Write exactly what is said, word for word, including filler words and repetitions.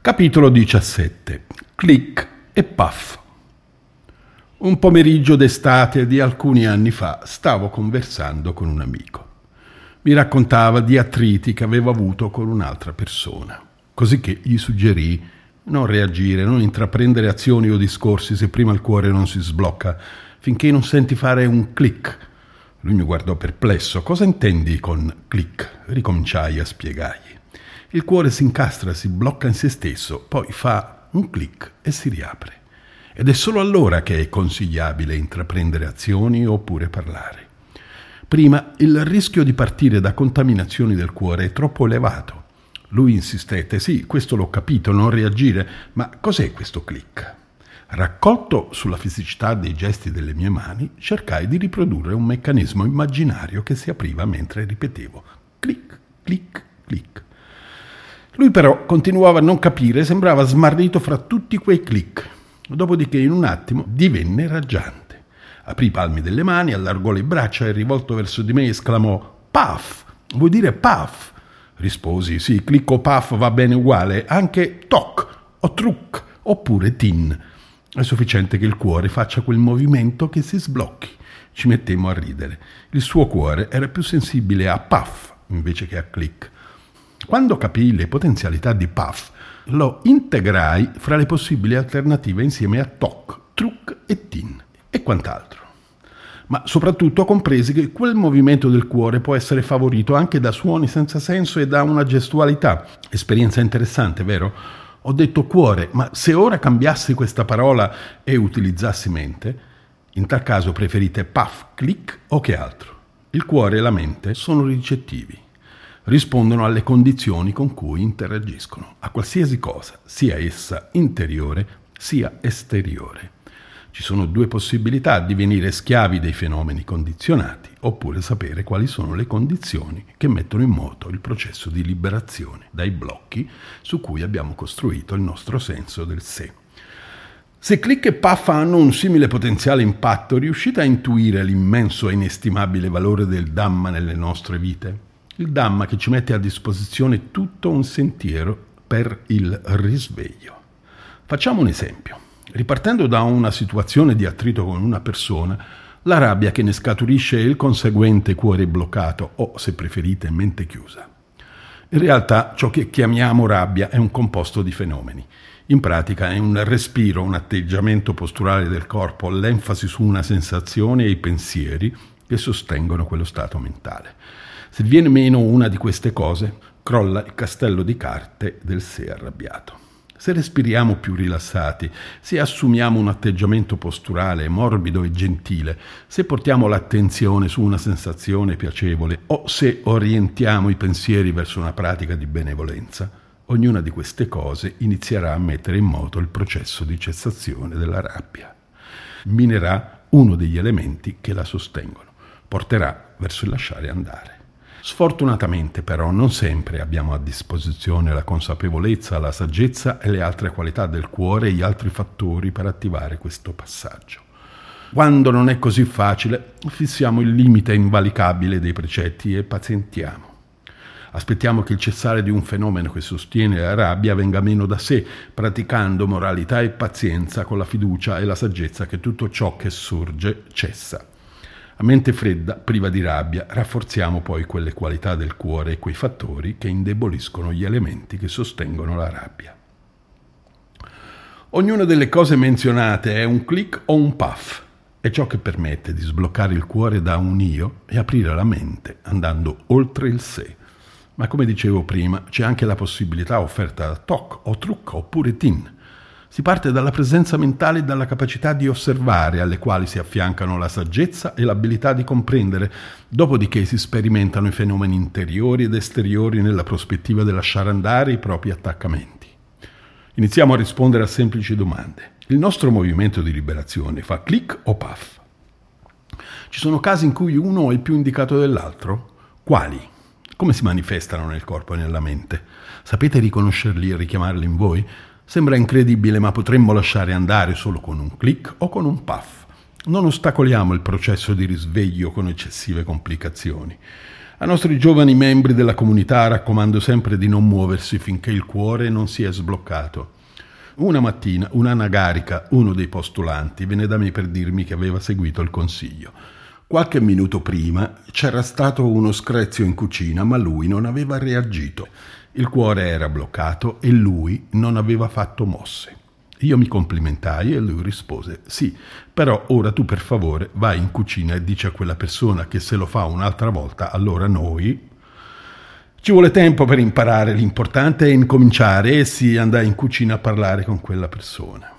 Capitolo diciassette. Click e puff. Un pomeriggio d'estate di alcuni anni fa stavo conversando con un amico. Mi raccontava di attriti che aveva avuto con un'altra persona, cosicché gli suggerì non reagire, non intraprendere azioni o discorsi se prima il cuore non si sblocca, finché non senti fare un click. Lui mi guardò perplesso. Cosa intendi con click? Ricominciai a spiegargli. Il cuore si incastra, si blocca in se stesso, poi fa un click e si riapre. Ed è solo allora che è consigliabile intraprendere azioni oppure parlare. Prima il rischio di partire da contaminazioni del cuore è troppo elevato. Lui insistette: sì, questo l'ho capito, non reagire, ma cos'è questo click? Raccolto sulla fisicità dei gesti delle mie mani, cercai di riprodurre un meccanismo immaginario che si apriva mentre ripetevo click, click, click. Lui però continuava a non capire, sembrava smarrito fra tutti quei click. Dopodiché in un attimo divenne raggiante. Aprì i palmi delle mani, allargò le braccia e rivolto verso di me esclamò: puff, vuoi dire puff? Risposi: sì, click o puff va bene uguale, anche toc o truc oppure tin. È sufficiente che il cuore faccia quel movimento che si sblocchi. Ci mettemmo a ridere. Il suo cuore era più sensibile a puff invece che a click. Quando capii le potenzialità di puff, lo integrai fra le possibili alternative insieme a toc, truc e tin e quant'altro. Ma soprattutto compresi che quel movimento del cuore può essere favorito anche da suoni senza senso e da una gestualità. Esperienza interessante, vero? Ho detto cuore, ma se ora cambiassi questa parola e utilizzassi mente, in tal caso preferite puff, click o che altro? Il cuore e la mente sono ricettivi. Rispondono alle condizioni con cui interagiscono, a qualsiasi cosa, sia essa interiore sia esteriore. Ci sono due possibilità: divenire schiavi dei fenomeni condizionati oppure sapere quali sono le condizioni che mettono in moto il processo di liberazione dai blocchi su cui abbiamo costruito il nostro senso del sé. Se click e puff hanno un simile potenziale impatto, riuscite a intuire l'immenso e inestimabile valore del Dhamma nelle nostre vite? Il Dhamma che ci mette a disposizione tutto un sentiero per il risveglio. Facciamo un esempio. Ripartendo da una situazione di attrito con una persona, la rabbia che ne scaturisce e il conseguente cuore bloccato o, se preferite, mente chiusa. In realtà ciò che chiamiamo rabbia è un composto di fenomeni. In pratica è un respiro, un atteggiamento posturale del corpo, l'enfasi su una sensazione e i pensieri che sostengono quello stato mentale. Se viene meno una di queste cose, crolla il castello di carte del sé arrabbiato. Se respiriamo più rilassati, se assumiamo un atteggiamento posturale, morbido e gentile, se portiamo l'attenzione su una sensazione piacevole o se orientiamo i pensieri verso una pratica di benevolenza, ognuna di queste cose inizierà a mettere in moto il processo di cessazione della rabbia. Minerà uno degli elementi che la sostengono, porterà verso il lasciare andare. Sfortunatamente però non sempre abbiamo a disposizione la consapevolezza, la saggezza e le altre qualità del cuore e gli altri fattori per attivare questo passaggio. Quando non è così facile, fissiamo il limite invalicabile dei precetti e pazientiamo. Aspettiamo che il cessare di un fenomeno che sostiene la rabbia venga meno da sé, praticando moralità e pazienza con la fiducia e la saggezza che tutto ciò che sorge cessa. A mente fredda, priva di rabbia, rafforziamo poi quelle qualità del cuore e quei fattori che indeboliscono gli elementi che sostengono la rabbia. Ognuna delle cose menzionate è un click o un puff. È ciò che permette di sbloccare il cuore da un io e aprire la mente andando oltre il sé. Ma come dicevo prima, c'è anche la possibilità offerta da toc o truc oppure tin. Si parte dalla presenza mentale e dalla capacità di osservare, alle quali si affiancano la saggezza e l'abilità di comprendere, dopodiché si sperimentano i fenomeni interiori ed esteriori nella prospettiva di lasciare andare i propri attaccamenti. Iniziamo a rispondere a semplici domande. Il nostro movimento di liberazione fa click o puff? Ci sono casi in cui uno è più indicato dell'altro? Quali? Come si manifestano nel corpo e nella mente? Sapete riconoscerli e richiamarli in voi? Sembra incredibile, ma potremmo lasciare andare solo con un click o con un puff. Non ostacoliamo il processo di risveglio con eccessive complicazioni. Ai nostri giovani membri della comunità raccomando sempre di non muoversi finché il cuore non si è sbloccato. Una mattina un'Anna Garica, uno dei postulanti, venne da me per dirmi che aveva seguito il consiglio. Qualche minuto prima c'era stato uno screzio in cucina, ma lui non aveva reagito. Il cuore era bloccato e lui non aveva fatto mosse. Io mi complimentai e lui rispose: sì, però ora tu per favore vai in cucina e dici a quella persona che se lo fa un'altra volta, allora noi... Ci vuole tempo per imparare, l'importante è incominciare e sì, andai in cucina a parlare con quella persona.